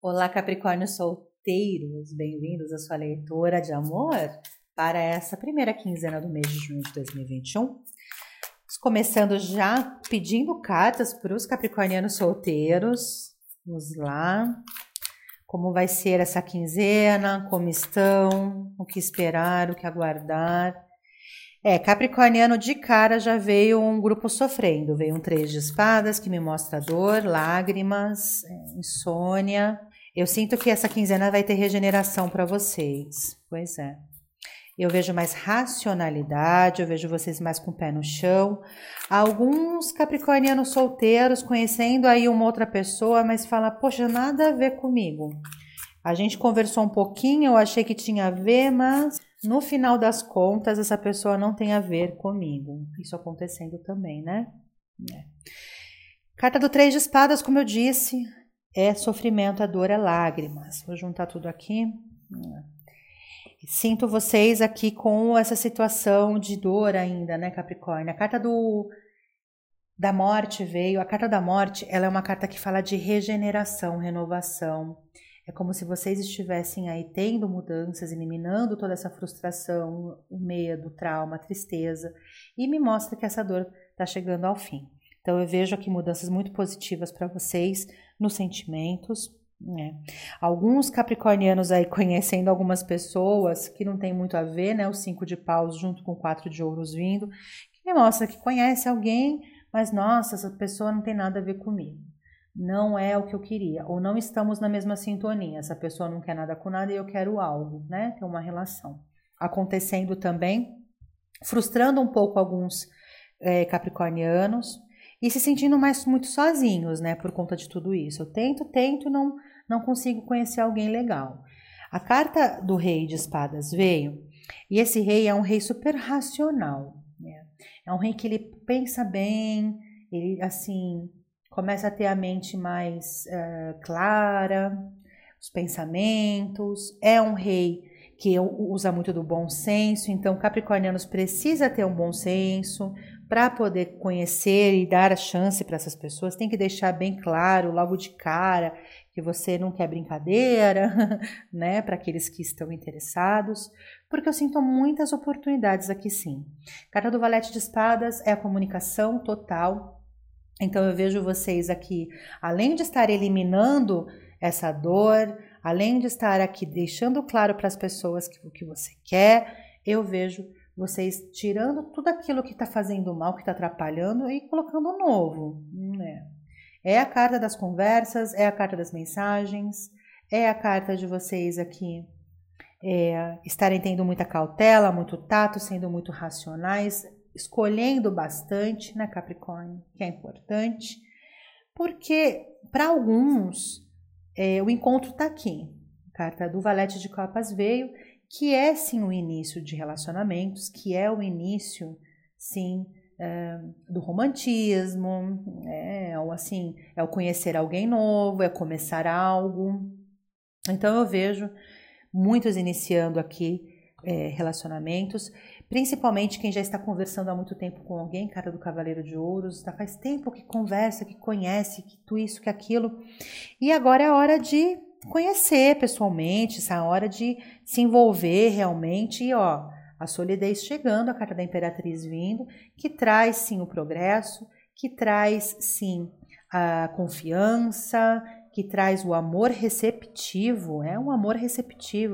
Olá, Capricórnios solteiros, bem-vindos à sua leitura de amor para essa primeira quinzena do mês de junho de 2021. Começando já pedindo cartas para os capricornianos solteiros. Vamos lá. Como vai ser essa quinzena? Como estão? O que esperar? O que aguardar? Capricorniano de cara já veio um grupo sofrendo. Veio um 3 de espadas que me mostra dor, lágrimas, insônia. Eu sinto que essa quinzena vai ter regeneração para vocês. Pois é. Eu vejo mais racionalidade, eu vejo vocês mais com o pé no chão. Alguns capricornianos solteiros conhecendo aí uma outra pessoa, mas fala, poxa, nada a ver comigo. A gente conversou um pouquinho, eu achei que tinha a ver, mas no final das contas essa pessoa não tem a ver comigo. Isso acontecendo também, né? Carta do 3 de espadas, como eu disse, é sofrimento, a dor, é lágrimas. Vou juntar tudo aqui. Sinto vocês aqui com essa situação de dor ainda, né, Capricórnio? A carta da morte veio. A carta da morte, ela é uma carta que fala de regeneração, renovação. É como se vocês estivessem aí tendo mudanças, eliminando toda essa frustração, o medo, o trauma, a tristeza. E me mostra que essa dor está chegando ao fim. Então eu vejo aqui mudanças muito positivas para vocês nos sentimentos. Alguns capricornianos aí conhecendo algumas pessoas que não tem muito a ver, né? O 5 de paus junto com o 4 de ouros vindo, que me mostra que conhece alguém, mas nossa, essa pessoa não tem nada a ver comigo. Não é o que eu queria, ou não estamos na mesma sintonia. Essa pessoa não quer nada com nada e eu quero algo, né? Tem uma relação acontecendo também, frustrando um pouco alguns capricornianos e se sentindo muito sozinhos, né? Por conta de tudo isso. Eu tento e não consigo conhecer alguém legal. A carta do rei de espadas veio, e esse rei é um rei super racional, né? É um rei que ele pensa bem, ele assim começa a ter a mente mais clara, os pensamentos. É um rei que usa muito do bom senso, então capricornianos precisa ter um bom senso para poder conhecer e dar a chance para essas pessoas. Tem que deixar bem claro logo de cara que você não quer brincadeira, né, para aqueles que estão interessados, porque eu sinto muitas oportunidades aqui sim. Carta do valete de espadas é a comunicação total. Então eu vejo vocês aqui, além de estar eliminando essa dor, além de estar aqui deixando claro para as pessoas o que você quer, eu vejo vocês tirando tudo aquilo que está fazendo mal, que está atrapalhando e colocando novo. É a carta das conversas, é a carta das mensagens, é a carta de vocês aqui estarem tendo muita cautela, muito tato, sendo muito racionais, escolhendo bastante, né, Capricórnio, que é importante, porque para alguns o encontro está aqui. A carta do valete de copas veio, que é sim o início de relacionamentos, que é o início, sim, do romantismo, ou assim, é o conhecer alguém novo, é começar algo. Então eu vejo muitos iniciando aqui relacionamentos, principalmente quem já está conversando há muito tempo com alguém, cara do Cavaleiro de Ouros, faz tempo que conversa, que conhece, que tudo isso, que aquilo, e agora é a hora de conhecer pessoalmente, essa hora de se envolver realmente, e a solidez chegando, a carta da Imperatriz vindo, que traz sim o progresso, que traz sim a confiança, que traz o amor receptivo, um amor receptivo,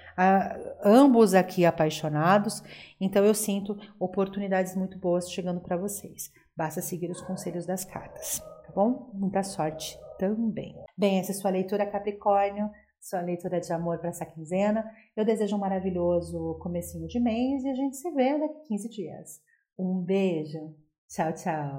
ambos aqui apaixonados, então eu sinto oportunidades muito boas chegando para vocês. Basta seguir os conselhos das cartas, tá bom? Muita sorte também. Bem, essa é a sua leitura, Capricórnio, sua leitura de amor para essa quinzena. Eu desejo um maravilhoso comecinho de mês e a gente se vê daqui a 15 dias. Um beijo. Tchau, tchau.